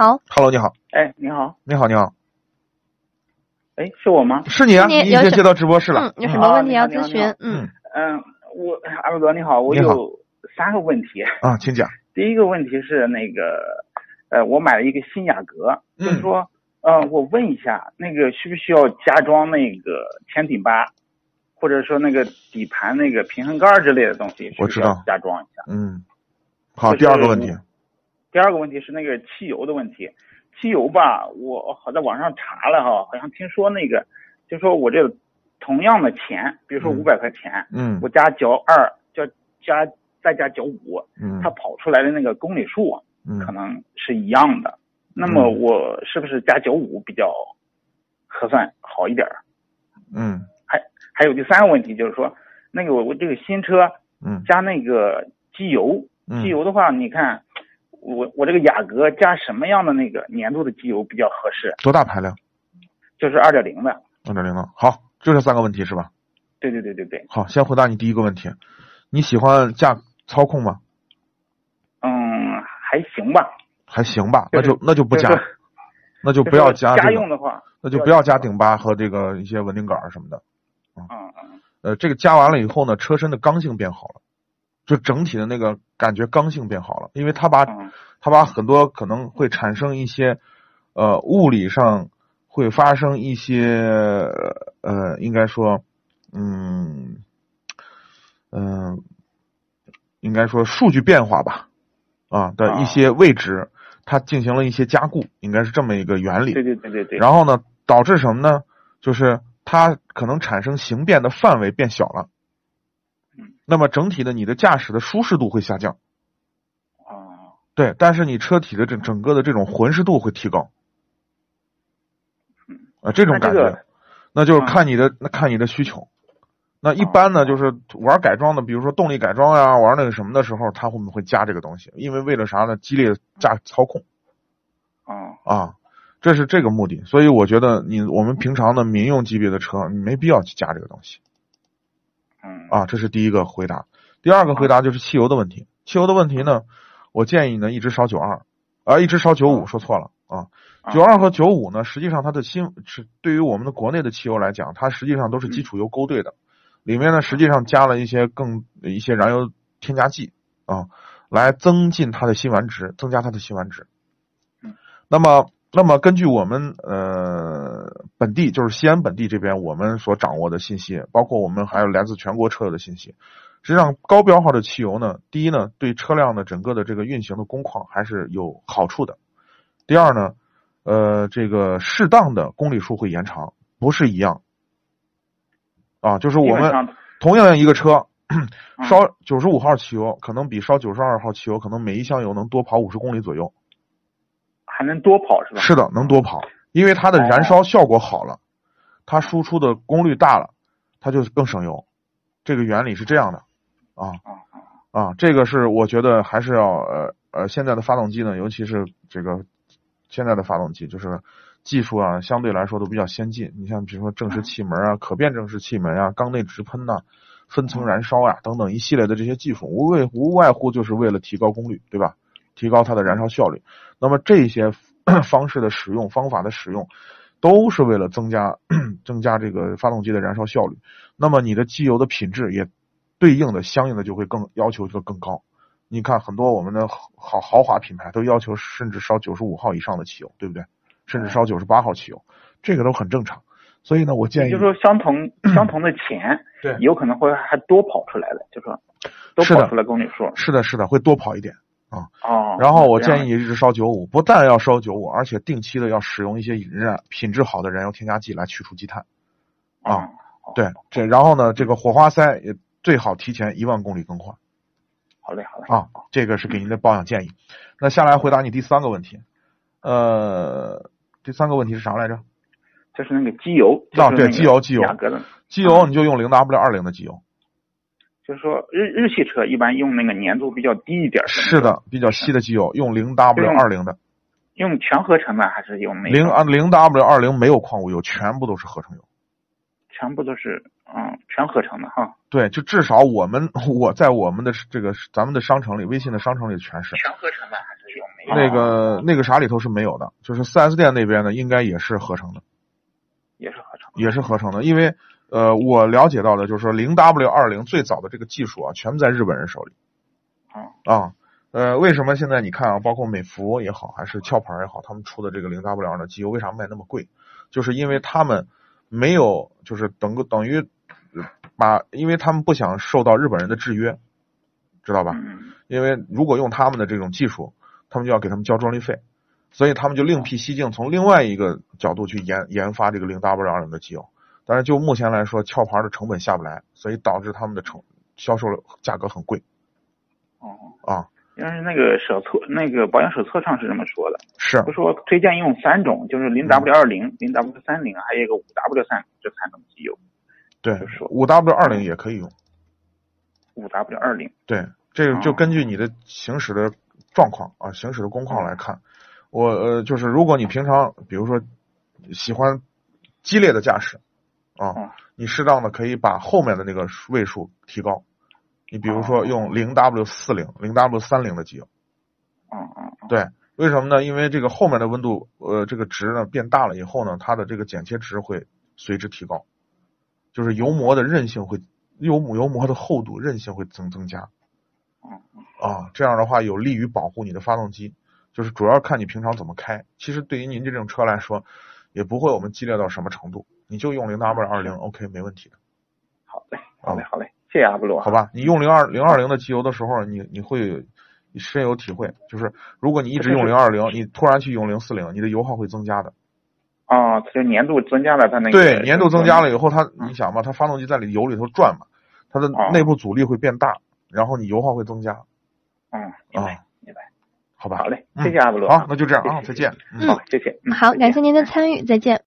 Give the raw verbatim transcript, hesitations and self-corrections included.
好 ，Hello， 你好。 哎，你好。 你好，你好。 哎，是我吗？ 是你啊，你已经接到直播室了。 嗯，有什么问题要咨询？ 嗯嗯，我阿伟哥你好，我有三个问题啊，请讲。 第一个问题是那个，呃，我买了一个新雅阁， 嗯、 就是说，呃，我问一下，那个需不需要加装那个前顶巴，或者说那个底盘那个平衡杆之类的东西， 我知道， 加装一下。 嗯，好，第二个问题。 第二个问题是那个汽油的问题。汽油吧，我好在网上查了哈，好像听说那个，就说我这个同样的钱，比如说五百块钱， 嗯， 我加九二，加加再加九五， 嗯， 它跑出来的那个公里数， 嗯， 可能是一样的。那么我是不是加九五比较合算好一点？ 嗯， 还还有第三个问题就是说，那个我我这个新车， 嗯， 加那个机油， 嗯、 机油的话，你看。我我这个雅阁加什么样的那个年度的机油比较合适？ 多大排量？ 就是二点零的。 二点零的。好，就这三个问题是吧？ 对对对对对。 好，先回答你第一个问题，你喜欢驾操控吗？ 嗯，还行吧。 还行吧， 就是、 那就那就不加， 就是、 那就不要加、这个、 家用的话， 那就不要加顶巴和这个一些稳定杆什么的。 嗯嗯。 呃，这个加完了以后呢，车身的刚性变好了。就整体的那个感觉刚性变好了，因为它把它把很多可能会产生一些呃物理上会发生一些呃应该说嗯嗯、呃、应该说数据变化吧啊的一些位置，它进行了一些加固，应该是这么一个原理。 对对对对对。 然后呢，导致什么呢？就是它可能产生形变的范围变小了。那么整体的你的驾驶的舒适度会下降， 啊， 对，但是你车体的整整个的这种浑实度会提高，啊，这种感觉，那就是看你的那看你的需求。那一般呢，就是玩改装的，比如说动力改装呀，玩那个什么的时候，他会不会加这个东西？因为为了啥呢？激烈驾操控。 啊啊，这是这个目的。所以我觉得你我们平常的民用级别的车，你没必要去加这个东西。 嗯啊，这是第一个回答。第二个回答就是汽油的问题。汽油的问题呢，我建议呢一直烧九二，啊，一直烧九五，说错了啊。九二和九五呢，实际上它的新是对于我们的国内的汽油来讲，它实际上都是基础油勾兑的，里面呢实际上加了一些更一些燃油添加剂啊，来增进它的辛烷值，增加它的辛烷值。那么。那么根据我们呃本地就是西安本地这边我们所掌握的信息，包括我们还有来自全国车友的信息，实际上高标号的汽油呢，第一呢对车辆的整个的这个运行的工况还是有好处的。第二呢，呃这个适当的公里数会延长，不是一样啊，就是我们同样一个车烧九十五号汽油，可能比烧九十二号汽油可能每一箱油能多跑五十公里左右。 还能多跑是吧？ 是的，能多跑，因为它的燃烧效果好了，它输出的功率大了，它就更省油。这个原理是这样的啊啊，这个是我觉得还是要呃呃现在的发动机呢，尤其是这个现在的发动机，就是技术啊相对来说都比较先进。你像比如说正时气门啊、可变正时气门啊、缸内直喷呐、啊、分层燃烧呀、啊、等等一系列的这些技术，无为无外乎就是为了提高功率，对吧？提高它的燃烧效率。那么这些方式的使用方法的使用都是为了增加增加这个发动机的燃烧效率。那么你的机油的品质也对应的相应的就会更要求就更高。你看很多我们的豪豪华品牌都要求甚至烧九十五号以上的汽油，对不对？甚至烧九十八号汽油，这个都很正常。所以呢，我建议就是说相同相同的钱， 对， 有可能会还多跑出来的，就是说多跑出来公里数。 是的，是的，会多跑一点。啊、 嗯、哦， 然后我建议一直烧九五，不但要烧九五，而且定期的要使用一些燃品质好的燃油添加剂来去除积碳。啊， 嗯、 对，这然后呢，这个火花塞也最好提前一万公里更换。 好嘞，好嘞。 啊，这个是给您的保养建议。嗯、那下来回答你第三个问题，呃，第三个问题是啥来着？ 就是那个机油。 啊，对，机油，机油，机油你就用零 W 二零的机油。 就是说日日系车一般用那个粘度比较低一点的， 是的，比较稀的机油，用零 W 二零的。 用全合成的还是用那个？ 零啊零 W 二零没有矿物油，全部都是合成油。 全部都是嗯全合成的哈。 对，就至少我们我在我们的这个咱们的商城里，微信的商城里全是全合成的还是这种没有。 那个那个啥里头是没有的，就是 四 S 店那边呢应该也是合成的， 也是合成的， 也是合成的，因为呃我了解到的就是说 零 W 二零 最早的这个技术啊，全部在日本人手里。啊，呃，为什么现在你看啊，包括美孚也好，还是壳牌也好，他们出的这个 零 W 二 的机油为啥卖那么贵？就是因为他们没有，就是等个等于把，因为他们不想受到日本人的制约，知道吧？因为如果用他们的这种技术，他们就要给他们交专利费，所以他们就另辟蹊径，从另外一个角度去研研发这个 零 W 二零 的机油。但是就目前来说，壳牌的成本下不来，所以导致他们的成销售价格很贵。 哦啊， 因为那个手册那个保养手册上是这么说的， 是不说推荐用三种，就是 零 W 二零、零 W 三零，还有一个 五 W 三零这三种机油。 对，五 W 二零也可以用。 五 W 二零。 对，这个就根据你的行驶的状况啊，行驶的工况来看，我呃就是如果你平常比如说喜欢激烈的驾驶啊，你适当的可以把后面的那个位数提高。你比如说用 零 W 四零、零 W 三零的机油。 嗯嗯。 对，为什么呢？因为这个后面的温度呃这个值呢变大了以后呢，它的这个剪切值会随之提高，就是油膜的韧性会油膜油膜的厚度韧性会增增加。啊，这样的话有利于保护你的发动机，就是主要看你平常怎么开。其实对于您这种车来说，也不会我们激烈到什么程度，你就用 零 W 二零 OK 没问题的。 好嘞，好嘞，好嘞，谢谢阿波罗。 好吧，你用零二零二零的机油的时候，你你会深有体会，就是如果你一直用零二零，你突然去用零四零，你的油耗会增加的。 哦，它就粘度增加了，它那个对粘度增加了以后，它你想嘛，它发动机在里油里头转嘛，它的内部阻力会变大，然后你油耗会增加。 嗯，明白明白。 好吧， 好嘞，谢谢阿波罗。 好，那就这样啊，再见。 好，谢谢。 好，感谢您的参与，再见。